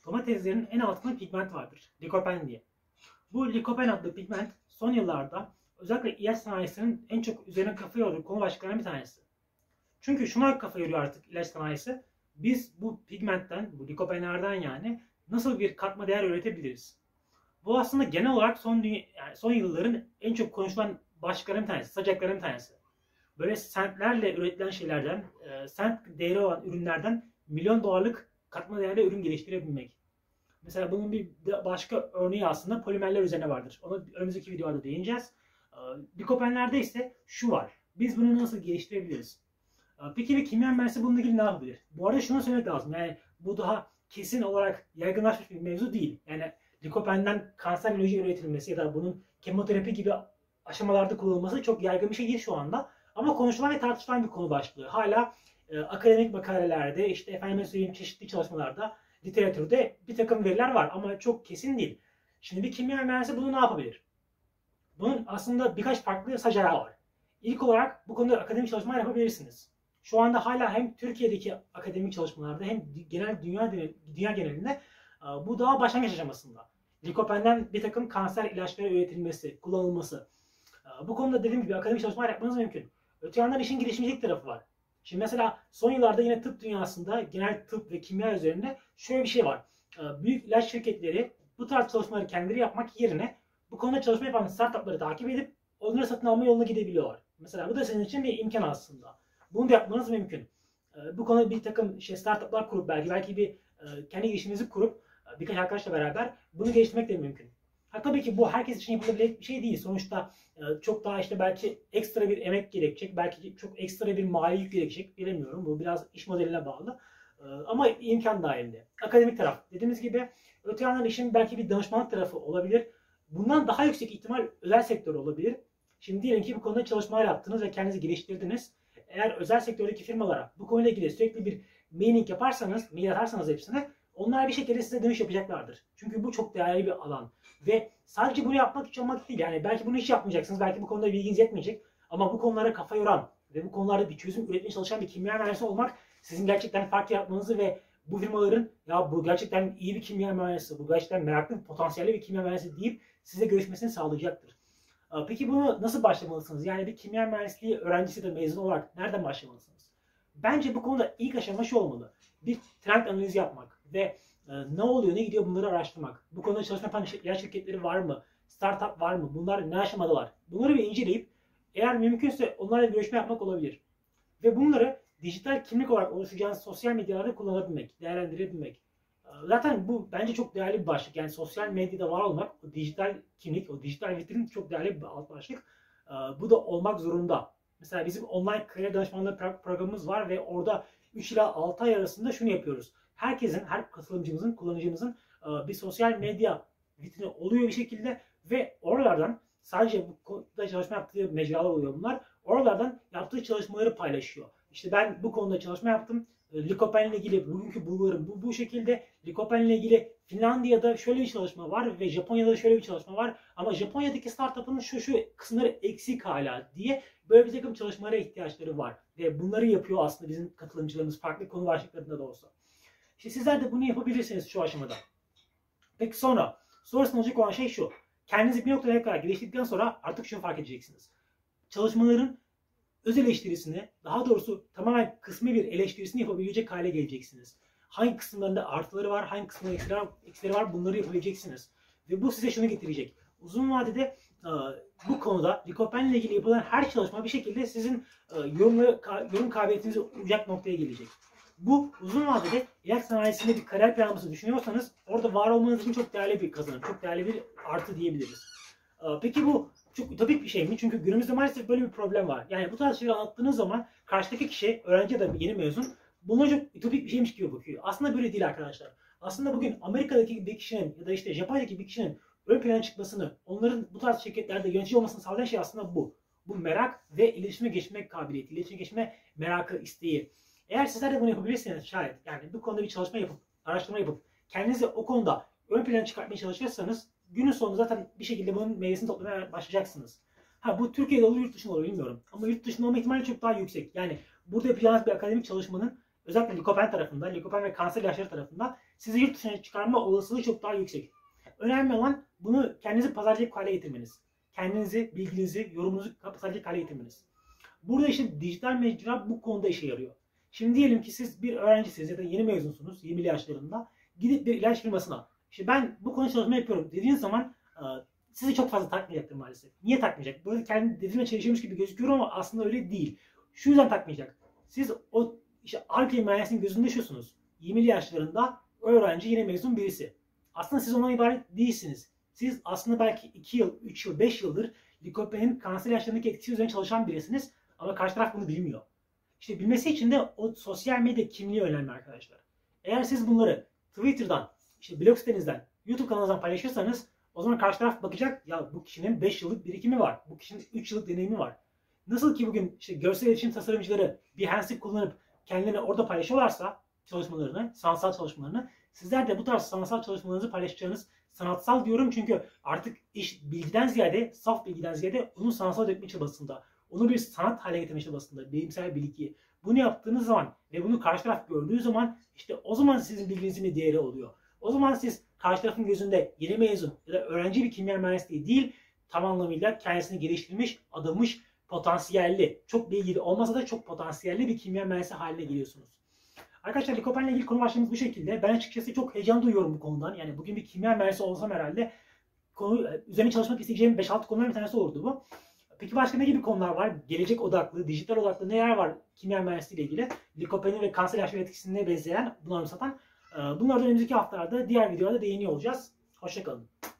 domateslerin en altında pigment vardır. Likopen diye. Bu likopen adlı pigment son yıllarda özellikle ilaç sanayisinin en çok üzerine kafa yorduğu konu başlıklarından bir tanesi. Çünkü şuna kafa yoruyor artık ilaç sanayisi. Biz bu pigmentten, bu likopenlerden yani nasıl bir katma değer üretebiliriz? Bu aslında genel olarak son yılların en çok konuşulan başlıklarından bir tanesi, sacaklarından bir tanesi. Böyle sentlerle üretilen şeylerden, sent değeri olan ürünlerden milyon dolarlık katma değerli ürün geliştirebilmek. Mesela bunun bir başka örneği aslında polimerler üzerine vardır. Onu önümüzdeki videoda değineceğiz. Likopenlerde ise şu var. Biz bunu nasıl geliştirebiliriz? Peki bir kimya mühendisi bununla ilgili ne yapabilir? Bu arada şunu söylemek lazım. Yani bu daha kesin olarak yaygınlaşmış bir mevzu değil. Yani likopenden kanser ilacı üretilmesi ya da bunun kemoterapi gibi aşamalarda kullanılması çok yaygın bir şey değil şu anda. Ama konuşulan ve tartışılan bir konu başlığı. Hala akademik makalelerde, işte efendim söyleyeyim çeşitli çalışmalarda, literatürde bir takım veriler var ama çok kesin değil. Şimdi bir kimya mühendisi bunu ne yapabilir? Bunun aslında birkaç farklı sacağı var. İlk olarak bu konuda akademik çalışmalar yapabilirsiniz. Şu anda hala hem Türkiye'deki akademik çalışmalarda hem genel dünya genelinde bu daha başlangıç aşamasında. Likopenden bir takım kanser ilaçları üretilmesi, kullanılması. Bu konuda dediğim gibi akademik çalışmalar yapmanız mümkün. Öte yandan işin girişimcilik tarafı var. Şimdi mesela son yıllarda yine tıp dünyasında genel tıp ve kimya üzerinde şöyle bir şey var. Büyük ilaç şirketleri bu tarz çalışmaları kendileri yapmak yerine bu konuda çalışma yapan startupları takip edip onları satın alma yoluna gidebiliyorlar. Mesela bu da senin için bir imkan aslında. Bunu da yapmanız mümkün. Bu konuda bir takım startuplar kurup belki bir kendi girişiminizi kurup birkaç arkadaşla beraber bunu geliştirmek de mümkün. Tabii ki bu herkes için yapılabilecek bir şey değil. Sonuçta çok daha işte belki ekstra bir emek gerekecek, belki çok ekstra bir mali yük gerekecek, bilemiyorum. Bu biraz iş modeline bağlı. Ama imkan dahilinde. Akademik taraf. Dediğimiz gibi öte yandan işin belki bir danışmanlık tarafı olabilir. Bundan daha yüksek ihtimal özel sektör olabilir. Şimdi diyelim ki bu konuda çalışmalar yaptınız ve kendinizi geliştirdiniz. Eğer özel sektördeki firmalara bu konuyla ilgili sürekli bir mailing yaparsanız, mail atarsanız hepsine, onlar bir şekilde size dönüş yapacaklardır. Çünkü bu çok değerli bir alan. Ve sadece bunu yapmak için olmak değil. Yani belki bunu hiç yapmayacaksınız. Belki bu konuda bilginiz yetmeyecek. Ama bu konulara kafa yoran ve bu konularda bir çözüm üretmeye çalışan bir kimya mühendisi olmak sizin gerçekten fark yaratmanızı ve bu firmaların ya bu gerçekten iyi bir kimya mühendisi, bu gerçekten meraklı, potansiyelli bir kimya mühendisi deyip size görüşmesini sağlayacaktır. Peki bunu nasıl başlamalısınız? Yani bir kimya mühendisliği öğrencisi de mezun olarak nereden başlamalısınız? Bence bu konuda ilk aşama şu olmalı. Bir trend analizi yapmak ve ne oluyor, ne gidiyor bunları araştırmak. Bu konuda çalışma yapan ilaç şirketleri var mı? Startup var mı? Bunlar ne aşamadalar? Bunları bir inceleyip eğer mümkünse onlarla bir görüşme yapmak olabilir. Ve bunları dijital kimlik olarak oluşacağınız sosyal medyalarda kullanabilmek, değerlendirebilmek. Zaten bu bence çok değerli bir başlık. Yani sosyal medyada var olmak, o dijital kimlik, o dijital vitrin çok değerli bir alt başlık. Bu da olmak zorunda. Mesela bizim online kariyer danışmanlığı programımız var ve orada 3 ila 6 ay arasında şunu yapıyoruz. Herkesin, her katılımcımızın, kullanıcımızın bir sosyal medya vitrini oluyor bir şekilde ve oralardan sadece bu konuda çalışma yaptığı mecralar oluyor bunlar. Oralardan yaptığı çalışmaları paylaşıyor. İşte ben bu konuda çalışma yaptım. Likopen ile ilgili bugünkü bulgularım bu şekilde. Likopen ile ilgili Finlandiya'da şöyle bir çalışma var ve Japonya'da şöyle bir çalışma var. Ama Japonya'daki startup'ın şu kısımları eksik hala diye böyle bir takım çalışmalara ihtiyaçları var. Ve bunları yapıyor aslında bizim katılımcılarımız farklı konu başlıklarında da olsa. İşte sizler de bunu yapabilirsiniz şu aşamada. Peki sonrasında olacak olan şey şu. Kendinizi bir noktaya kadar geliştirdikten sonra artık şunu fark edeceksiniz. Çalışmaların öz eleştirisini, daha doğrusu tamamen kısmi bir eleştirisini yapabilecek hale geleceksiniz. Hangi kısımlarında artıları var, hangi kısımlarında eksileri var bunları yapabileceksiniz. Ve bu size şunu getirecek. Uzun vadede bu konuda likopen ile ilgili yapılan her çalışma bir şekilde sizin yorum kabiliyetinize uyacak noktaya gelecek. Bu uzun vadede ilaç sanayisinde bir kariyer planlaması düşünüyorsanız orada var olmanız için çok değerli bir kazanım, çok değerli bir artı diyebiliriz. Peki bu çok ütopik bir şey mi? Çünkü günümüzde maalesef böyle bir problem var. Yani bu tarz şeyleri anlattığınız zaman karşıdaki kişi, öğrenci ya da yeni mezun, bunlar çok ütopik bir şeymiş gibi bakıyor. Aslında böyle değil arkadaşlar. Aslında bugün Amerika'daki bir kişinin ya da işte Japonya'daki bir kişinin ön plana çıkmasını, onların bu tarz şirketlerde yönetici olmasını sağlayan şey aslında bu. Bu merak ve iletişime geçme kabiliyeti, iletişime geçme merakı, isteği. Eğer sizler de bunu yapabilirseniz şayet, yani bu konuda bir çalışma yapıp, araştırma yapıp, kendinizi o konuda ön plana çıkartmaya çalışırsanız, günün sonunda zaten bir şekilde bunun meyvesini toplamaya başlayacaksınız. Bu Türkiye'de olur, yurt dışında olur bilmiyorum. Ama yurt dışında olma ihtimali çok daha yüksek. Yani burada yapacağınız bir akademik çalışmanın özellikle likopen tarafında, likopen ve kanser ilaçları tarafında sizi yurt dışına çıkarma olasılığı çok daha yüksek. Önemli olan bunu kendinizi pazarcılık hale getirmeniz. Kendinizi, bilginizi, yorumunuzu pazarcılık hale getirmeniz. Burada işte dijital mecra bu konuda işe yarıyor. Şimdi diyelim ki siz bir öğrencisiniz ya da yeni mezunsunuz 20'li yaşlarında. Gidip bir ilaç firmasına işte ben bu konuda çalışma yapıyorum dediğiniz zaman sizi çok fazla takmayacaktır maalesef. Niye takmayacak? Böyle kendi dediğime çalışıyormuş gibi gözüküyor ama aslında öyle değil. Şu yüzden takmayacak. Siz o işte Ar-Ge mühendisinin gözünde şusunuz. 20'li yaşlarında öğrenci yeni mezun birisi. Aslında siz ondan ibaret değilsiniz. Siz aslında belki 2 yıl, 3 yıl, 5 yıldır likopenin kanser ilaçlarındaki etkisi üzerine çalışan birisiniz. Ama karşı taraf bunu bilmiyor. İşte bilmesi için de o sosyal medya kimliği önemli arkadaşlar. Eğer siz bunları Twitter'dan, işte blog sitenizden, YouTube kanalınızdan paylaşırsanız o zaman karşı taraf bakacak ya bu kişinin 5 yıllık birikimi var. Bu kişinin 3 yıllık deneyimi var. Nasıl ki bugün işte görsel iletişim tasarımcıları Behance'i kullanıp kendilerini orada paylaşıyorlarsa çalışmalarını, sanatsal çalışmalarını sizler de bu tarz sanatsal çalışmalarınızı paylaşacağınız sanatsal diyorum çünkü artık iş bilgiden ziyade, saf bilgiden ziyade onu sanatsal dökme çabasında. Onu bir sanat hale getirme çabasında, bilimsel bilgi. Bunu yaptığınız zaman ve bunu karşı taraf gördüğü zaman işte o zaman sizin bilginizin bir değeri oluyor. O zaman siz karşı tarafın gözünde yeni mezun ya da öğrenci bir kimya mühendisliği değil, tam anlamıyla kendisini geliştirmiş, adamış, potansiyelli, çok bilgili olmasa da çok potansiyelli bir kimya mühendisi haline geliyorsunuz. Arkadaşlar Likopen'le ilgili konu başlığımız bu şekilde. Ben açıkçası çok heyecan duyuyorum bu konudan. Yani bugün bir kimya mühendisi olsam herhalde konu üzerine çalışmak isteyeceğim 5-6 konuların bir tanesi olurdu bu. Peki başka ne gibi konular var? Gelecek odaklı, dijital odaklı neler var kimya mühendisliği ile ilgili? Likopenin ve kanser ilaçları etkisine benzeyen, bunları satan. Bunlardan önümüzdeki haftalarda diğer videolarda değiniyor olacağız. Hoşçakalın.